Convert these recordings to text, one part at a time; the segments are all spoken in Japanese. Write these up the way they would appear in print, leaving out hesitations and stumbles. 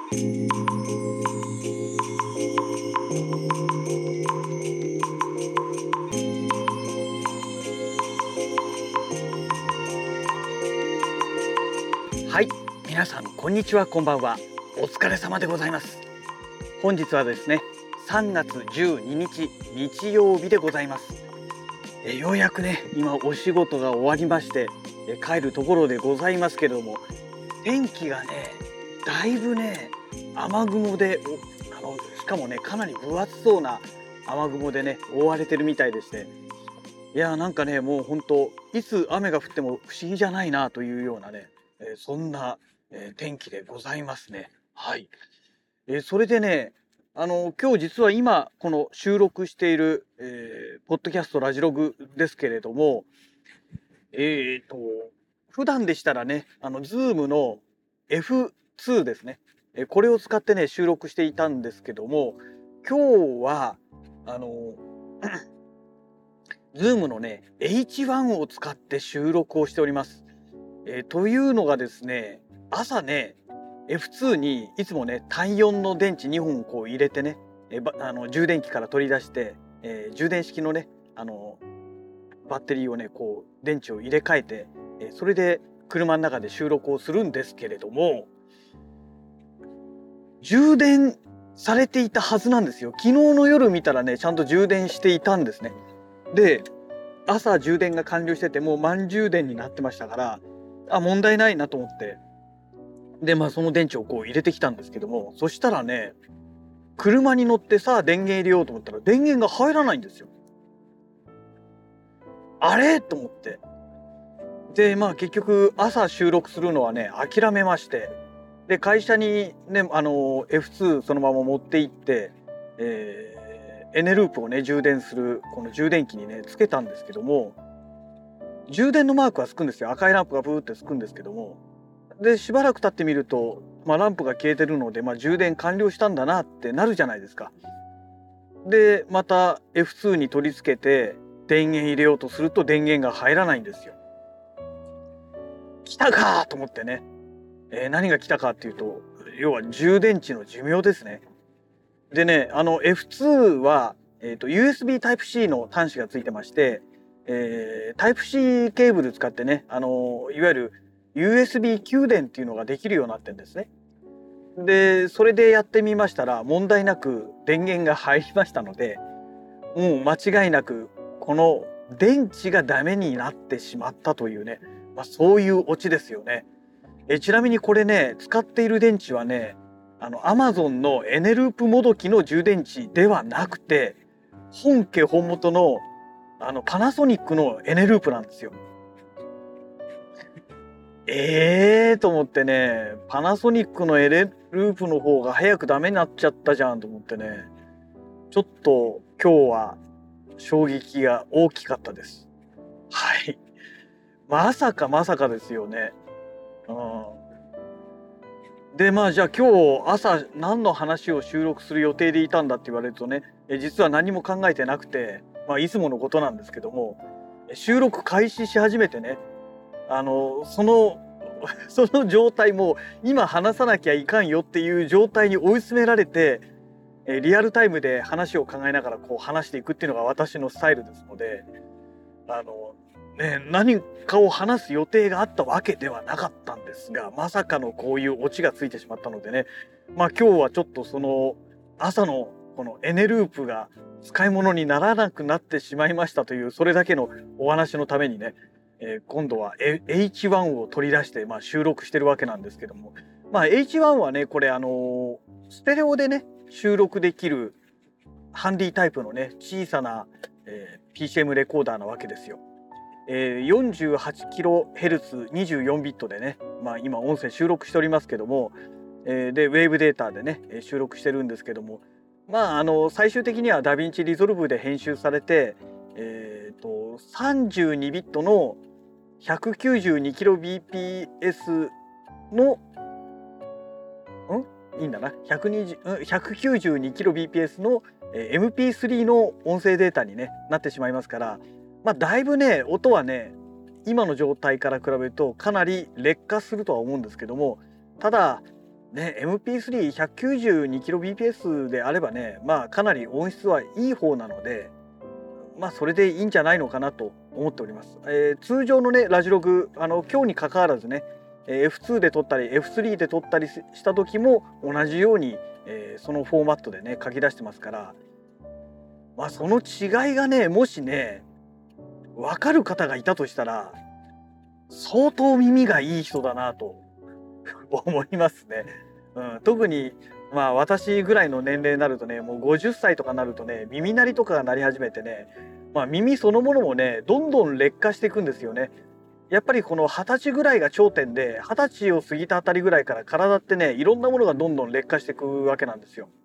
はい、皆さんこんにちは、こんばんは。お疲れ様でございます。本日はですね、3月12日日曜日でございます。ようやくね、今お仕事が終わりまして、帰るところでございますけれども、天気がね、だいぶね、雨雲で、しかもね、かなり分厚そうな雨雲でね、覆われてるみたいでして、いや、なんかね、もう本当いつ雨が降っても不思議じゃないなというようなね、そんな、天気でございますね。はい。それでね、今日実は今この収録している、ポッドキャストラジログですけれども、えっと、普段でしたらね、Zoom の F2 ですね。これを使ってね、収録していたんですけども、今日は、あの、Zoom のね、H1 を使って収録をしております。というのがですね、朝ね、F2 にいつもね、単4の電池2本こう入れてね、充電器から取り出して、充電式のね、バッテリーをね、こう電池を入れ替えて、それで車の中で収録をするんですけれども、充電されていたはずなんですよ。昨日の夜見たらね、ちゃんと充電していたんですね。で、朝充電が完了してて、もう満充電になってましたから、問題ないなと思って、で、その電池をこう入れてきたんですけども、そしたらね、車に乗ってさあ電源入れようと思ったら電源が入らないんですよ。あれと思って。で、結局朝収録するのはね、諦めまして、で、会社にね、F2 そのまま持って行って、エネループをね、充電するこの充電器にね、つけたんですけども、充電のマークはつくんですよ。赤いランプがブーってつくんですけども、で、しばらく経ってみると、ランプが消えてるので、充電完了したんだなってなるじゃないですか。で、また F2 に取り付けて電源入れようとすると電源が入らないんですよ。来たかと思ってね。何が来たかっていうと、要は充電池の寿命ですね。でね、F2 は、USB Type-C の端子がついてまして、Type-C ケーブル使ってね、いわゆる USB 給電っていうのができるようになってるんですね。で、それでやってみましたら、問題なく電源が入りましたので、もう間違いなく、この電池がダメになってしまったというね、そういうオチですよね。ちなみにこれね、使っている電池はね、Amazon のエネループもどきの充電池ではなくて、本家本元の、パナソニックのエネループなんですよ。と思ってね、パナソニックのエネループの方が早くダメになっちゃったじゃんと思ってね、ちょっと今日は衝撃が大きかったです。はい。まさかまさかですよね。うん。で、じゃあ今日朝何の話を収録する予定でいたんだって言われるとね、実は何も考えてなくて、いつものことなんですけども、収録開始し始めてね、そのその状態も今話さなきゃいかんよっていう状態に追い詰められて、リアルタイムで話を考えながらこう話していくっていうのが私のスタイルですので、あの何かを話す予定があったわけではなかったんですが、まさかのこういうオチがついてしまったのでね、今日はちょっとその朝のこのエネループが使い物にならなくなってしまいましたというそれだけのお話のためにね、今度は H1 を取り出して、収録してるわけなんですけども、H1 はね、これステレオでね収録できるハンディタイプのね小さな、PCM レコーダーなわけですよ。48kHz 24ビットでね、今音声収録しておりますけども、でウェーブデータでね収録してるんですけども、最終的にはダヴィンチリゾルブで編集されて、32ビットの 192kbps のいいんだな、192kbps の MP3 の音声データに、ね、なってしまいますから、だいぶね音はね今の状態から比べるとかなり劣化するとは思うんですけども、ただね、MP3192kbps であればね、まあかなり音質はいい方なので、まあそれでいいんじゃないのかなと思っております。通常のねラジログ今日に関わらずね、F2 で撮ったり F3 で撮ったりした時も同じように、そのフォーマットでね書き出してますから、まあその違いがねもしね分かる方がいたとしたら相当耳がいい人だなと思いますね。特にまあ私ぐらいの年齢になるとね、もう50歳とかなるとね、耳鳴りとかが鳴り始めてね、まあ、耳そのものもねどんどん劣化していくんですよね。やっぱりこの20歳ぐらいが頂点で、20歳を過ぎたあたりぐらいから体ってねいろんなものがどんどん劣化していくわけなんですよ。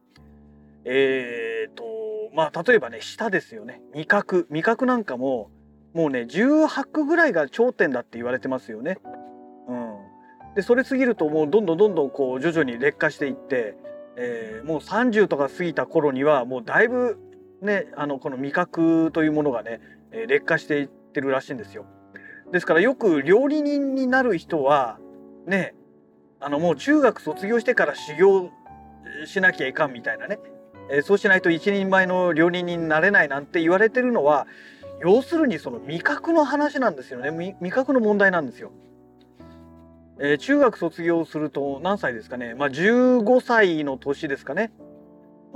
まあ例えばね舌ですよね。味覚なんかももうね18区ぐらいが頂点だって言われてますよね。うん、でそれ過ぎるともうどんどんこう徐々に劣化していって、もう30とか過ぎた頃にはもうだいぶねこの味覚というものがね、劣化していってるらしいんですよ。ですからよく料理人になる人はね、もう中学卒業してから修行しなきゃいかんみたいなね、そうしないと一人前の料理人になれないなんて言われてるのは、要するにその味覚の話なんですよね。味覚の問題なんですよ。中学卒業すると何歳ですかね。まあ、15歳の年ですかね。うん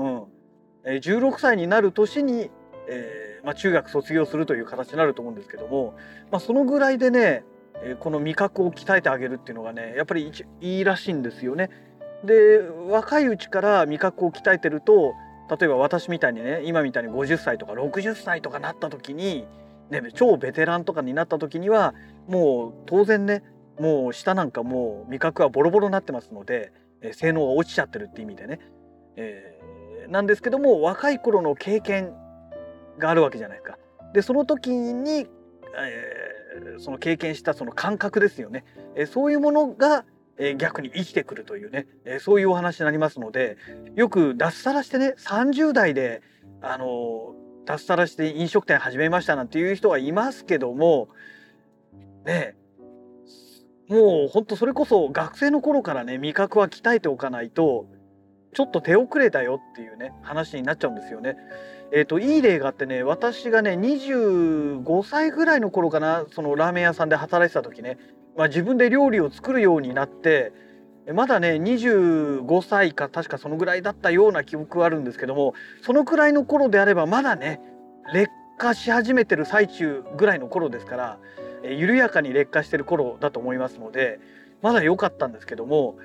。16歳になる年に、まあ、中学卒業するという形になると思うんですけども、まあ、そのぐらいでね、この味覚を鍛えてあげるっていうのがね、やっぱりいいらしいんですよね。で、若いうちから味覚を鍛えてると、例えば私みたいにね、今みたいに50歳とか60歳とかなった時に、ね、超ベテランとかになった時には、もう当然ね、もう舌なんかもう味覚はボロボロになってますので、性能が落ちちゃってるって意味でね。なんですけども、若い頃の経験があるわけじゃないですか。で、その時に、その経験したその感覚ですよね。そういうものが、逆に生きてくるというね、そういうお話になりますので、よく脱サラしてね、30代で脱サラして飲食店始めましたなんていう人がいますけども、ね、もうほんとそれこそ学生の頃からね、味覚は鍛えておかないとちょっと手遅れだよっていうね、話になっちゃうんですよね。いい例があってね、私がね、25歳ぐらいの頃かな、そのラーメン屋さんで働いてた時ね、まあ、自分で料理を作るようになって、まだね、25歳か確かそのぐらいだったような記憶はあるんですけども、そのくらいの頃であればまだね、劣化し始めてる最中ぐらいの頃ですから、緩やかに劣化してる頃だと思いますので、まだ良かったんですけども、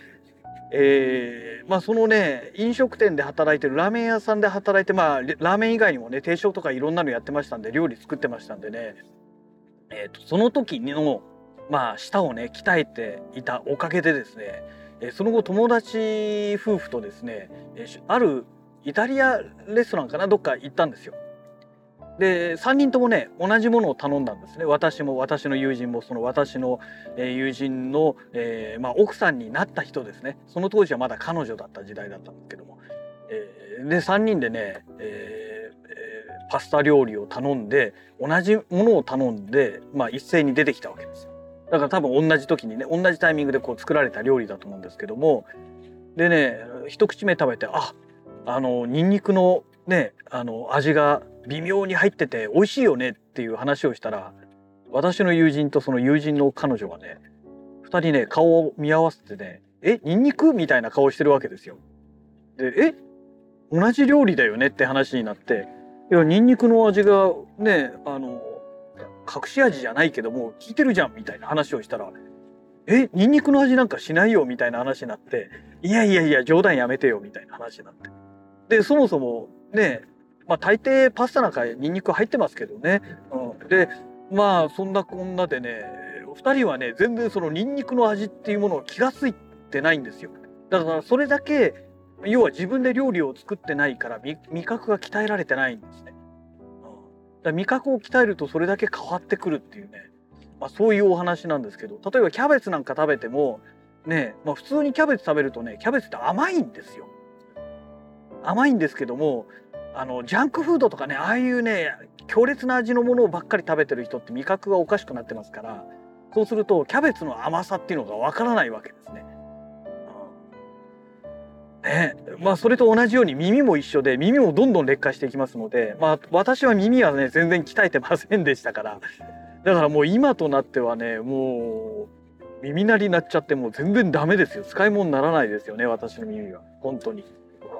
まあそのね飲食店で働いてるラーメン屋さんで働いて、まあラーメン以外にもね定食とかいろんなのやってましたんで料理作ってましたんでね、その時のまあ舌をね鍛えていたおかげでですね、その後友達夫婦とですね、あるイタリアレストランかなどっか行ったんですよ。で3人ともね同じものを頼んだんですね。私も私の友人もその私の友人の、まあ、奥さんになった人ですね。その当時はまだ彼女だった時代だったんですけども、で3人でね、パスタ料理を頼んで同じものを頼んで、まあ、一斉に出てきたわけですよ。だから多分同じ時にね同じタイミングでこう作られた料理だと思うんですけども、でね一口目食べてニンニクのね味が微妙に入ってて美味しいよねっていう話をしたら、私の友人とその友人の彼女がね2人ね顔を見合わせてねニンニクみたいな顔してるわけですよ。で同じ料理だよねって話になって、いやニンニクの味がね隠し味じゃないけども効いてるじゃんみたいな話をしたら、ニンニクの味なんかしないよみたいな話になって、いやいやいや冗談やめてよみたいな話になって、でそもそもね、まあ大抵パスタなんかニンニク入ってますけどね、でまあそんなこんなでね2人はね全然そのニンニクの味っていうものを気が付いてないんですよ。だからそれだけ要は自分で料理を作ってないから味覚が鍛えられてないんですね。だから味覚を鍛えるとそれだけ変わってくるっていうね、まあ、そういうお話なんですけど、例えばキャベツなんか食べてもね、まあ、普通にキャベツ食べるとねキャベツって甘いんですよ。甘いんですけども、ジャンクフードとかねああいうね強烈な味のものばっかり食べてる人って味覚がおかしくなってますから、そうするとキャベツの甘さっていうのがわからないわけですね。 ね、まあそれと同じように耳も一緒で、耳もどんどん劣化していきますので、まあ私は耳はね全然鍛えてませんでしたから、だからもう今となってはね、もう耳鳴りになっちゃってもう全然ダメですよ。使い物にならないですよね、私の耳は本当に。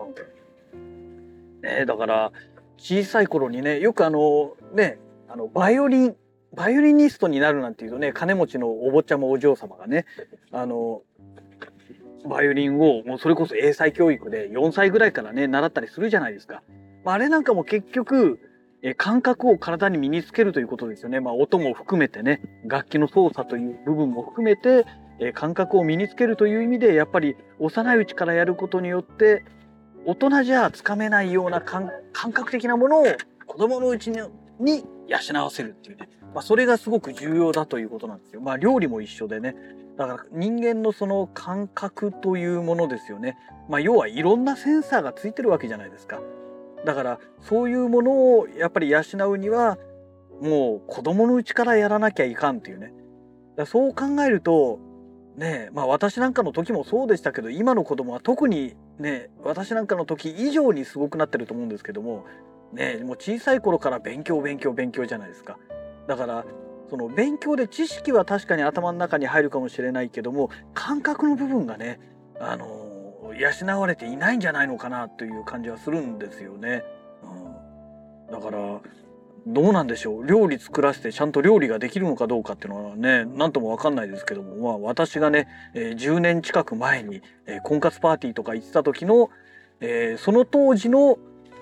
ね、だから小さい頃にね、よくね、バイオリニストになるなんていうとね、金持ちのお坊ちゃまお嬢様がね、あのバイオリンをもうそれこそ英才教育で4歳ぐらいからね習ったりするじゃないですか。まあ、あれなんかも結局感覚を体に身につけるということですよね。まあ、音も含めてね、楽器の操作という部分も含めて感覚を身につけるという意味で、やっぱり幼いうちからやることによって大人じゃつかめないような感覚的なものを子供のうちに養わせるっていうね、まあ、それがすごく重要だということなんですよ。まあ、料理も一緒でね、だから人間のその感覚というものですよね。まあ、要はいろんなセンサーがついてるわけじゃないですか。だからそういうものをやっぱり養うにはもう子供のうちからやらなきゃいかんっていうね。だからそう考えるとねえ、まあ私なんかの時もそうでしたけど、今の子供は特にね、私なんかの時以上にすごくなってると思うんですけども、ねえ、もう小さい頃から勉強勉強勉強じゃないですか。だからその勉強で知識は確かに頭の中に入るかもしれないけども、感覚の部分がね、養われていないんじゃないのかなという感じはするんですよね。うん、だからどうなんでしょう。料理作らせてちゃんと料理ができるのかどうかっていうのはね、なんともわかんないですけども、まあ私がね、10年近く前に、婚活パーティーとか行ってた時の、その当時の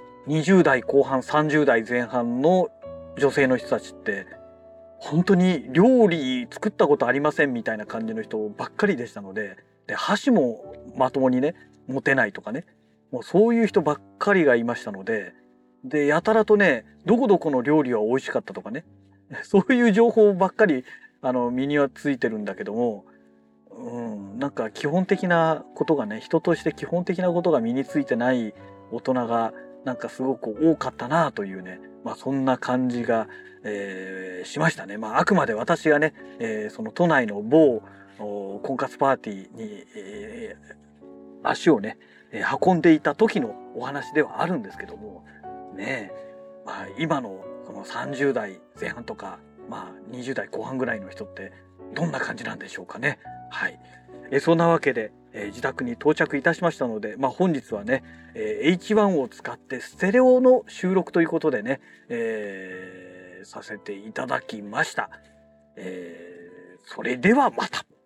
20代後半、30代前半の女性の人たちって、本当に料理作ったことありませんみたいな感じの人ばっかりでしたので、で、箸もまともにね、持てないとかね、もうそういう人ばっかりがいましたので、で、やたらとね、どこどこの料理は美味しかったとかね、そういう情報ばっかり、身にはついてるんだけども、なんか基本的なことがね、人として基本的なことが身についてない大人が、なんかすごく多かったなというね、まあそんな感じが、しましたね。まああくまで私がね、その都内の某婚活パーティーに、足をね、運んでいた時のお話ではあるんですけども、ねえ、まあ今のその30代前半とか、まあ20代後半ぐらいの人ってどんな感じなんでしょうかね。はい。そんなわけで、自宅に到着いたしましたので、まあ本日はね、H1 を使ってステレオの収録ということでね、させていただきました。それではまた。